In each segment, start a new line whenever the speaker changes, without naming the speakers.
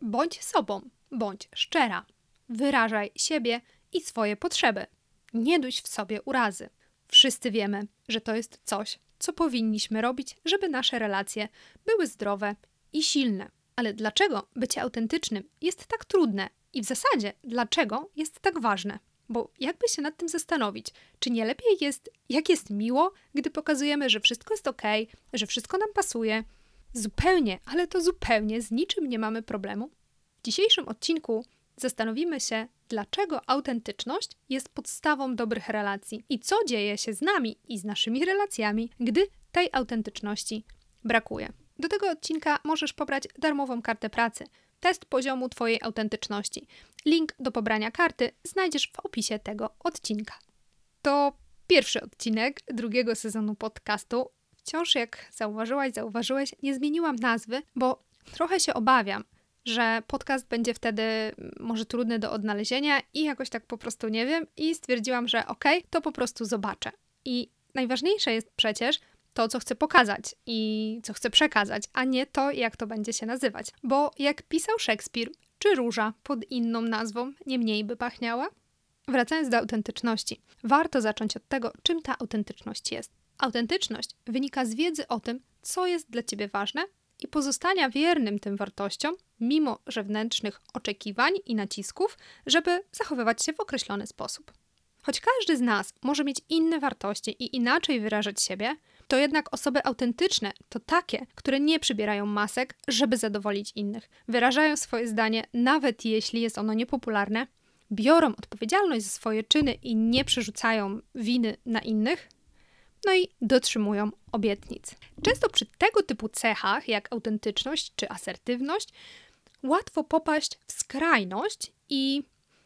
Bądź sobą, bądź szczera. Wyrażaj siebie i swoje potrzeby. Nie duś w sobie urazy. Wszyscy wiemy, że to jest coś, co powinniśmy robić, żeby nasze relacje były zdrowe i silne. Ale dlaczego bycie autentycznym jest tak trudne i w zasadzie dlaczego jest tak ważne? Bo jakby się nad tym zastanowić, czy nie lepiej jest, jak jest miło, gdy pokazujemy, że wszystko jest okej, że wszystko nam pasuje? Zupełnie, ale to zupełnie z niczym nie mamy problemu. W dzisiejszym odcinku zastanowimy się, dlaczego autentyczność jest podstawą dobrych relacji i co dzieje się z nami i z naszymi relacjami, gdy tej autentyczności brakuje. Do tego odcinka możesz pobrać darmową kartę pracy, test poziomu Twojej autentyczności. Link do pobrania karty znajdziesz w opisie tego odcinka. To pierwszy odcinek drugiego sezonu podcastu. Wciąż, jak zauważyłeś, nie zmieniłam nazwy, bo trochę się obawiam, że podcast będzie wtedy może trudny do odnalezienia i jakoś tak po prostu nie wiem i stwierdziłam, że to po prostu zobaczę. I najważniejsze jest przecież to, co chcę pokazać i co chcę przekazać, a nie to, jak to będzie się nazywać. Bo jak pisał Szekspir, czy róża pod inną nazwą nie mniej by pachniała? Wracając do autentyczności, warto zacząć od tego, czym ta autentyczność jest. Autentyczność wynika z wiedzy o tym, co jest dla Ciebie ważne i pozostania wiernym tym wartościom, mimo zewnętrznych oczekiwań i nacisków, żeby zachowywać się w określony sposób. Choć każdy z nas może mieć inne wartości i inaczej wyrażać siebie, to jednak osoby autentyczne to takie, które nie przybierają masek, żeby zadowolić innych. Wyrażają swoje zdanie, nawet jeśli jest ono niepopularne, biorą odpowiedzialność za swoje czyny i nie przerzucają winy na innych, no i dotrzymują obietnic. Często przy tego typu cechach, jak autentyczność czy asertywność, łatwo popaść w skrajność i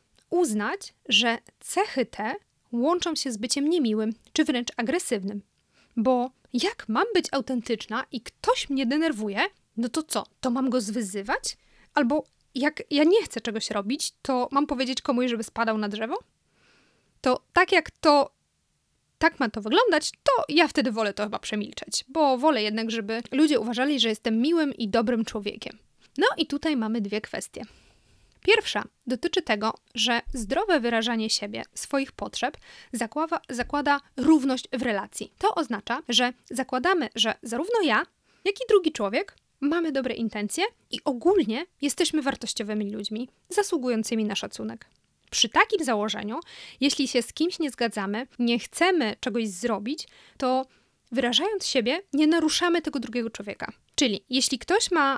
uznać, że cechy te łączą się z byciem niemiłym czy wręcz agresywnym. Bo jak mam być autentyczna i ktoś mnie denerwuje, no to co? To mam go zwyzywać? Albo jak ja nie chcę czegoś robić, to mam powiedzieć komuś, żeby spadał na drzewo? To tak ma to wyglądać, to ja wtedy wolę to chyba przemilczeć, bo wolę jednak, żeby ludzie uważali, że jestem miłym i dobrym człowiekiem. No i tutaj mamy dwie kwestie. Pierwsza dotyczy tego, że zdrowe wyrażanie siebie, swoich potrzeb zakłada równość w relacji. To oznacza, że zakładamy, że zarówno ja, jak i drugi człowiek mamy dobre intencje i ogólnie jesteśmy wartościowymi ludźmi, zasługującymi na szacunek. Przy takim założeniu, jeśli się z kimś nie zgadzamy, nie chcemy czegoś zrobić, to wyrażając siebie, nie naruszamy tego drugiego człowieka. Czyli jeśli ktoś ma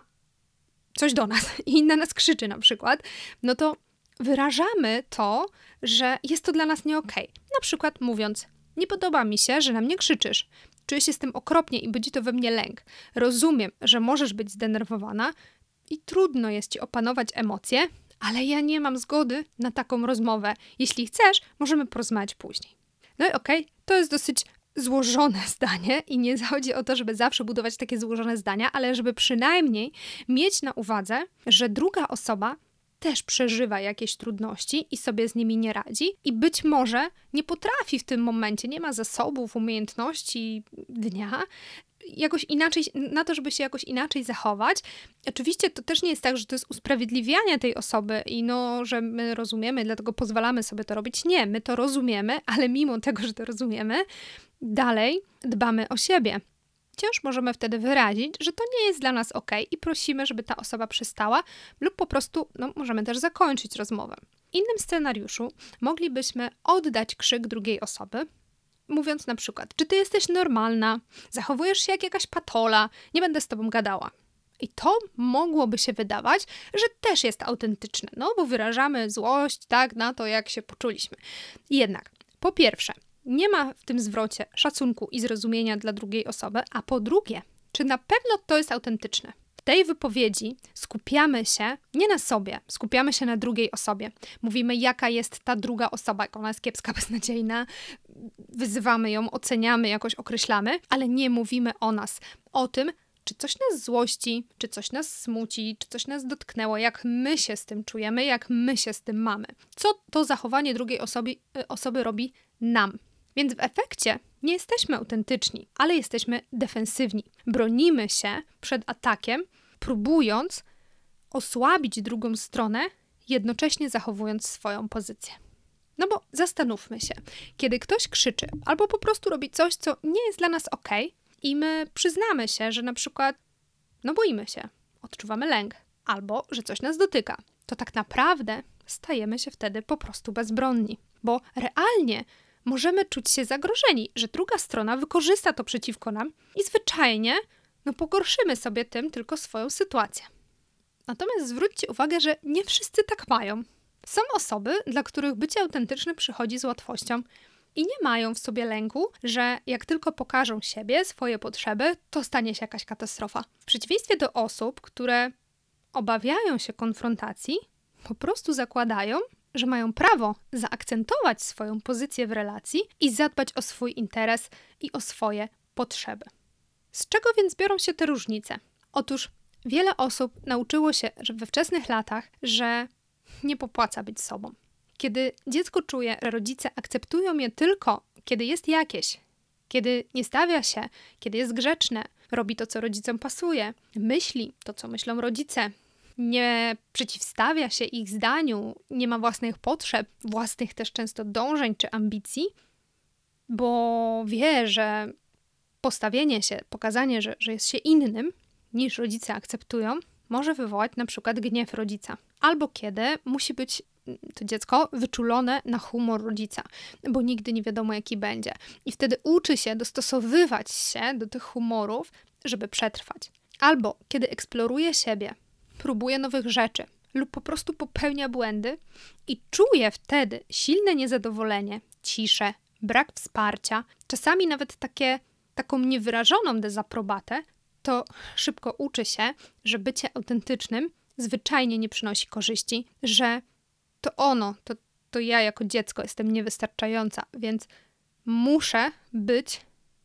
coś do nas i na nas krzyczy na przykład, no to wyrażamy to, że jest to dla nas nie okej. Na przykład mówiąc, nie podoba mi się, że na mnie krzyczysz. Czuję się z tym okropnie i budzi to we mnie lęk. Rozumiem, że możesz być zdenerwowana i trudno jest ci opanować emocje, ale ja nie mam zgody na taką rozmowę. Jeśli chcesz, możemy porozmawiać później. No i to jest dosyć złożone zdanie i nie chodzi o to, żeby zawsze budować takie złożone zdania, ale żeby przynajmniej mieć na uwadze, że druga osoba też przeżywa jakieś trudności i sobie z nimi nie radzi i być może nie potrafi w tym momencie, nie ma zasobów, umiejętności dnia, jakoś inaczej, na to, żeby się jakoś inaczej zachować. Oczywiście to też nie jest tak, że to jest usprawiedliwianie tej osoby i że my rozumiemy, dlatego pozwalamy sobie to robić. Nie, my to rozumiemy, ale mimo tego, że to rozumiemy, dalej dbamy o siebie. Wciąż możemy wtedy wyrazić, że to nie jest dla nas okej i prosimy, żeby ta osoba przestała lub po prostu możemy też zakończyć rozmowę. W innym scenariuszu moglibyśmy oddać krzyk drugiej osoby, mówiąc na przykład, czy ty jesteś normalna, zachowujesz się jak jakaś patola, nie będę z tobą gadała. I to mogłoby się wydawać, że też jest autentyczne, bo wyrażamy złość na to, jak się poczuliśmy. Jednak, po pierwsze, nie ma w tym zwrocie szacunku i zrozumienia dla drugiej osoby, a po drugie, czy na pewno to jest autentyczne? W tej wypowiedzi skupiamy się nie na sobie, skupiamy się na drugiej osobie. Mówimy, jaka jest ta druga osoba, jak ona jest kiepska, beznadziejna, wyzywamy ją, oceniamy, jakoś określamy, ale nie mówimy o nas, o tym, czy coś nas złości, czy coś nas smuci, czy coś nas dotknęło, jak my się z tym czujemy, jak my się z tym mamy. Co to zachowanie drugiej osoby robi nam. Więc w efekcie nie jesteśmy autentyczni, ale jesteśmy defensywni. Bronimy się przed atakiem, próbując osłabić drugą stronę, jednocześnie zachowując swoją pozycję. No bo zastanówmy się, kiedy ktoś krzyczy albo po prostu robi coś, co nie jest dla nas okej, i my przyznamy się, że na przykład boimy się, odczuwamy lęk albo że coś nas dotyka, to tak naprawdę stajemy się wtedy po prostu bezbronni, bo realnie możemy czuć się zagrożeni, że druga strona wykorzysta to przeciwko nam i zwyczajnie pogorszymy sobie tym tylko swoją sytuację. Natomiast zwróćcie uwagę, że nie wszyscy tak mają. Są osoby, dla których bycie autentycznym przychodzi z łatwością i nie mają w sobie lęku, że jak tylko pokażą siebie, swoje potrzeby, to stanie się jakaś katastrofa. W przeciwieństwie do osób, które obawiają się konfrontacji, po prostu zakładają, że mają prawo zaakcentować swoją pozycję w relacji i zadbać o swój interes i o swoje potrzeby. Z czego więc biorą się te różnice? Otóż wiele osób nauczyło się że we wczesnych latach, że nie popłaca być sobą. Kiedy dziecko czuje, że rodzice akceptują je tylko, kiedy jest jakieś, kiedy nie stawia się, kiedy jest grzeczne, robi to, co rodzicom pasuje, myśli to, co myślą rodzice, nie przeciwstawia się ich zdaniu, nie ma własnych potrzeb, własnych też często dążeń czy ambicji, bo wie, że postawienie się, pokazanie, że jest się innym niż rodzice akceptują, może wywołać na przykład gniew rodzica. Albo kiedy musi być to dziecko wyczulone na humor rodzica, bo nigdy nie wiadomo jaki będzie. I wtedy uczy się dostosowywać się do tych humorów, żeby przetrwać. Albo kiedy eksploruje siebie, próbuje nowych rzeczy lub po prostu popełnia błędy i czuje wtedy silne niezadowolenie, ciszę, brak wsparcia, czasami nawet taką niewyrażoną dezaprobatę, to szybko uczy się, że bycie autentycznym zwyczajnie nie przynosi korzyści, że to ja jako dziecko jestem niewystarczająca, więc muszę być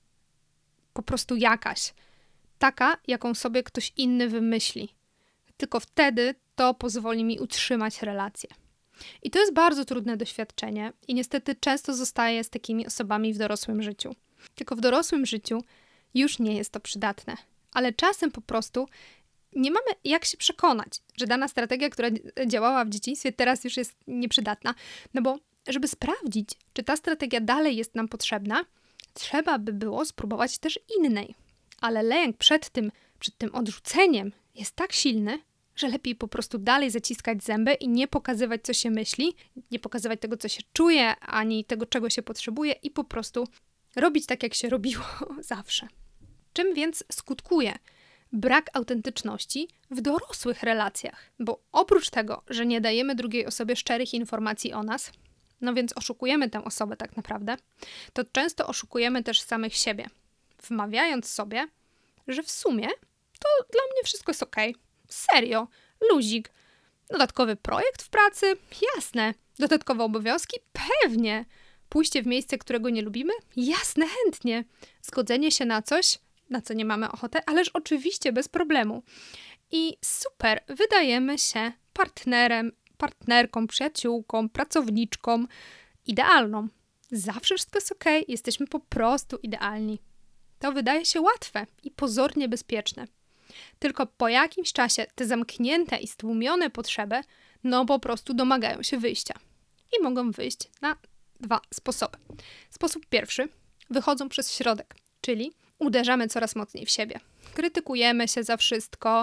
po prostu jakaś, taka, jaką sobie ktoś inny wymyśli. Tylko wtedy to pozwoli mi utrzymać relację. I to jest bardzo trudne doświadczenie i niestety często zostaję z takimi osobami w dorosłym życiu. Tylko w dorosłym życiu już nie jest to przydatne. Ale czasem po prostu nie mamy jak się przekonać, że dana strategia, która działała w dzieciństwie, teraz już jest nieprzydatna. No bo żeby sprawdzić, czy ta strategia dalej jest nam potrzebna, trzeba by było spróbować też innej. Ale lęk przed tym odrzuceniem jest tak silny, że lepiej po prostu dalej zaciskać zęby i nie pokazywać, co się myśli, nie pokazywać tego, co się czuje, ani tego, czego się potrzebuje i po prostu robić tak, jak się robiło zawsze. Czym więc skutkuje brak autentyczności w dorosłych relacjach? Bo oprócz tego, że nie dajemy drugiej osobie szczerych informacji o nas, no więc oszukujemy tę osobę tak naprawdę, to często oszukujemy też samych siebie, wmawiając sobie, że w sumie to dla mnie wszystko jest okej. Serio, luzik. Dodatkowy projekt w pracy? Jasne. Dodatkowe obowiązki? Pewnie. Pójście w miejsce, którego nie lubimy? Jasne, chętnie. Zgodzenie się na coś, na co nie mamy ochoty, ależ oczywiście bez problemu. I super, wydajemy się partnerem, partnerką, przyjaciółką, pracowniczką idealną. Zawsze wszystko jest okej, jesteśmy po prostu idealni. To wydaje się łatwe i pozornie bezpieczne. Tylko po jakimś czasie te zamknięte i stłumione potrzeby po prostu domagają się wyjścia. I mogą wyjść na dwa sposoby. Sposób pierwszy. Wychodzą przez środek, czyli uderzamy coraz mocniej w siebie. Krytykujemy się za wszystko.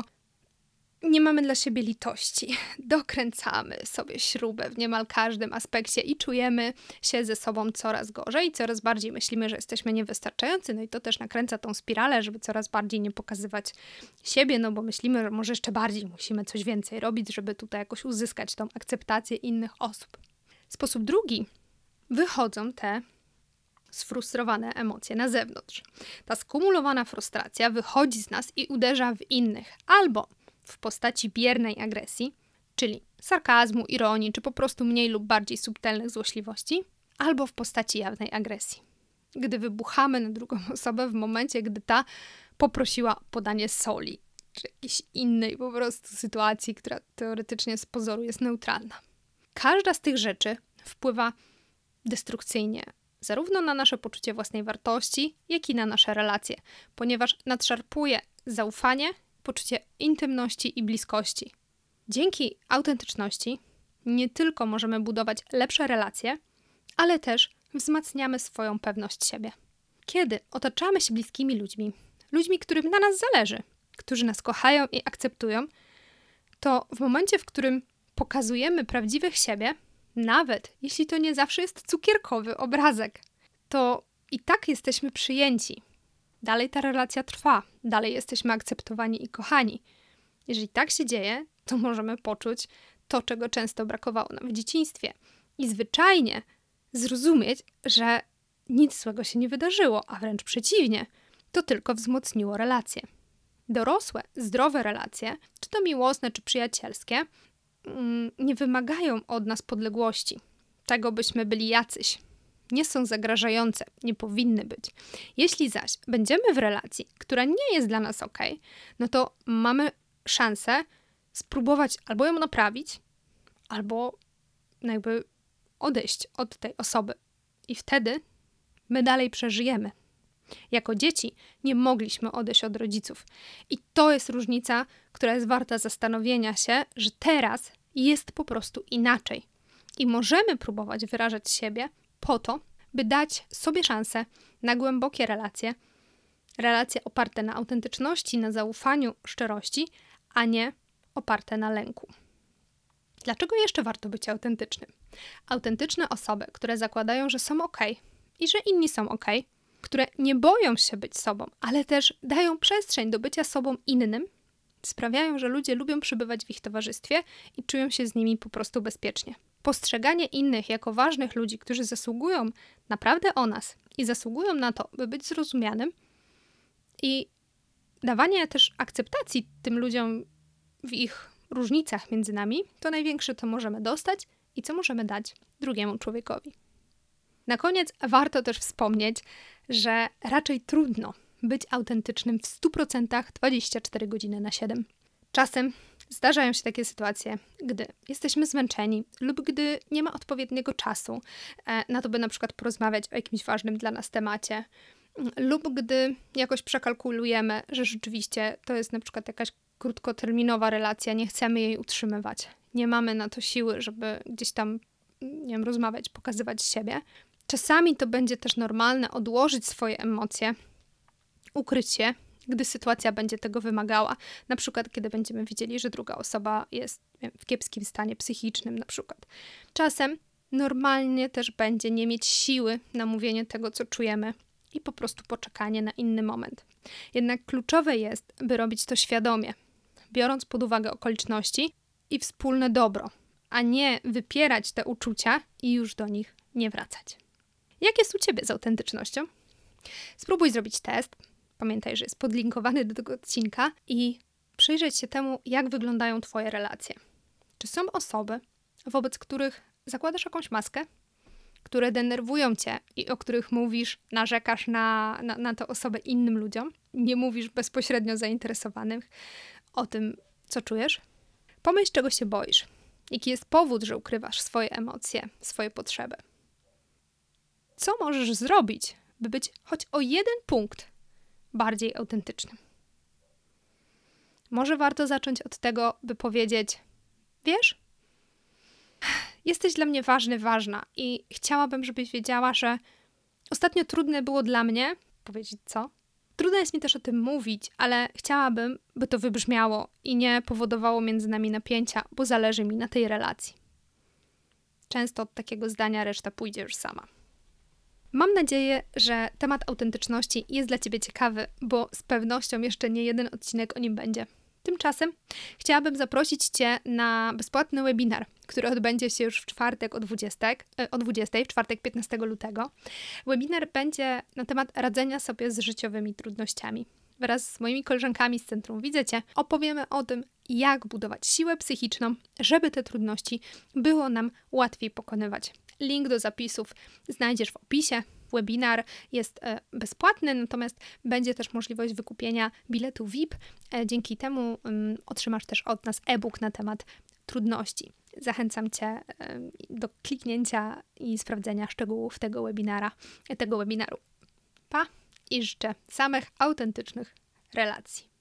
Nie mamy dla siebie litości. Dokręcamy sobie śrubę w niemal każdym aspekcie i czujemy się ze sobą coraz gorzej. Coraz bardziej myślimy, że jesteśmy niewystarczający. No i to też nakręca tą spiralę, żeby coraz bardziej nie pokazywać siebie, bo myślimy, że może jeszcze bardziej musimy coś więcej robić, żeby tutaj jakoś uzyskać tą akceptację innych osób. Sposób drugi. Wychodzą te sfrustrowane emocje na zewnątrz. Ta skumulowana frustracja wychodzi z nas i uderza w innych. Albo w postaci biernej agresji, czyli sarkazmu, ironii, czy po prostu mniej lub bardziej subtelnych złośliwości, albo w postaci jawnej agresji, gdy wybuchamy na drugą osobę w momencie, gdy ta poprosiła o podanie soli, czy jakiejś innej po prostu sytuacji, która teoretycznie z pozoru jest neutralna. Każda z tych rzeczy wpływa destrukcyjnie zarówno na nasze poczucie własnej wartości, jak i na nasze relacje, ponieważ nadszarpuje zaufanie, poczucie intymności i bliskości. Dzięki autentyczności nie tylko możemy budować lepsze relacje, ale też wzmacniamy swoją pewność siebie. Kiedy otaczamy się bliskimi ludźmi, którym na nas zależy, którzy nas kochają i akceptują, to w momencie, w którym pokazujemy prawdziwych siebie, nawet jeśli to nie zawsze jest cukierkowy obrazek, to i tak jesteśmy przyjęci. Dalej ta relacja trwa, dalej jesteśmy akceptowani i kochani. Jeżeli tak się dzieje, to możemy poczuć to, czego często brakowało nam w dzieciństwie i zwyczajnie zrozumieć, że nic złego się nie wydarzyło, a wręcz przeciwnie, to tylko wzmocniło relacje. Dorosłe, zdrowe relacje, czy to miłosne, czy przyjacielskie, nie wymagają od nas podległości, tego byśmy byli jacyś. Nie są zagrażające, nie powinny być. Jeśli zaś będziemy w relacji, która nie jest dla nas okej, no to mamy szansę spróbować albo ją naprawić, albo jakby odejść od tej osoby. I wtedy my dalej przeżyjemy. Jako dzieci nie mogliśmy odejść od rodziców. I to jest różnica, która jest warta zastanowienia się, że teraz jest po prostu inaczej. I możemy próbować wyrażać siebie po to, by dać sobie szansę na głębokie relacje oparte na autentyczności, na zaufaniu, szczerości, a nie oparte na lęku. Dlaczego jeszcze warto być autentycznym? Autentyczne osoby, które zakładają, że są okej i że inni są okej, które nie boją się być sobą, ale też dają przestrzeń do bycia sobą innym, sprawiają, że ludzie lubią przebywać w ich towarzystwie i czują się z nimi po prostu bezpiecznie. Postrzeganie innych jako ważnych ludzi, którzy zasługują naprawdę o nas i zasługują na to, by być zrozumianym, i dawanie też akceptacji tym ludziom w ich różnicach między nami, to największe, co możemy dostać i co możemy dać drugiemu człowiekowi. Na koniec warto też wspomnieć, że raczej trudno być autentycznym w 100% 24 godziny na 7. Czasem zdarzają się takie sytuacje, gdy jesteśmy zmęczeni lub gdy nie ma odpowiedniego czasu na to, by na przykład porozmawiać o jakimś ważnym dla nas temacie, lub gdy jakoś przekalkulujemy, że rzeczywiście to jest na przykład jakaś krótkoterminowa relacja, nie chcemy jej utrzymywać. Nie mamy na to siły, żeby gdzieś tam, nie wiem, rozmawiać, pokazywać siebie. Czasami to będzie też normalne odłożyć swoje emocje, ukryć się, gdy sytuacja będzie tego wymagała. Na przykład, kiedy będziemy widzieli, że druga osoba jest, nie wiem, w kiepskim stanie psychicznym na przykład. Czasem normalnie też będzie nie mieć siły na mówienie tego, co czujemy i po prostu poczekanie na inny moment. Jednak kluczowe jest, by robić to świadomie, biorąc pod uwagę okoliczności i wspólne dobro, a nie wypierać te uczucia i już do nich nie wracać. Jak jest u Ciebie z autentycznością? Spróbuj zrobić test. Pamiętaj, że jest podlinkowany do tego odcinka i przyjrzeć się temu, jak wyglądają Twoje relacje. Czy są osoby, wobec których zakładasz jakąś maskę, które denerwują Cię i o których mówisz, narzekasz na tę osobę innym ludziom? Nie mówisz bezpośrednio zainteresowanych o tym, co czujesz? Pomyśl, czego się boisz. Jaki jest powód, że ukrywasz swoje emocje, swoje potrzeby? Co możesz zrobić, by być choć o 1 punkt bardziej autentycznym? Może warto zacząć od tego, by powiedzieć: wiesz, jesteś dla mnie ważny, ważna i chciałabym, żebyś wiedziała, że ostatnio trudne było dla mnie powiedzieć co? Trudno jest mi też o tym mówić, ale chciałabym, by to wybrzmiało i nie powodowało między nami napięcia, bo zależy mi na tej relacji. Często od takiego zdania reszta pójdzie już sama. Mam nadzieję, że temat autentyczności jest dla Ciebie ciekawy, bo z pewnością jeszcze nie jeden odcinek o nim będzie. Tymczasem chciałabym zaprosić Cię na bezpłatny webinar, który odbędzie się już w czwartek o 20, w czwartek 15 lutego. Webinar będzie na temat radzenia sobie z życiowymi trudnościami. Wraz z moimi koleżankami z Centrum Widzę Cię opowiemy o tym, jak budować siłę psychiczną, żeby te trudności było nam łatwiej pokonywać. Link do zapisów znajdziesz w opisie. Webinar jest bezpłatny, natomiast będzie też możliwość wykupienia biletu VIP. Dzięki temu otrzymasz też od nas e-book na temat trudności. Zachęcam Cię do kliknięcia i sprawdzenia szczegółów tego webinaru. Pa i życzę samych autentycznych relacji.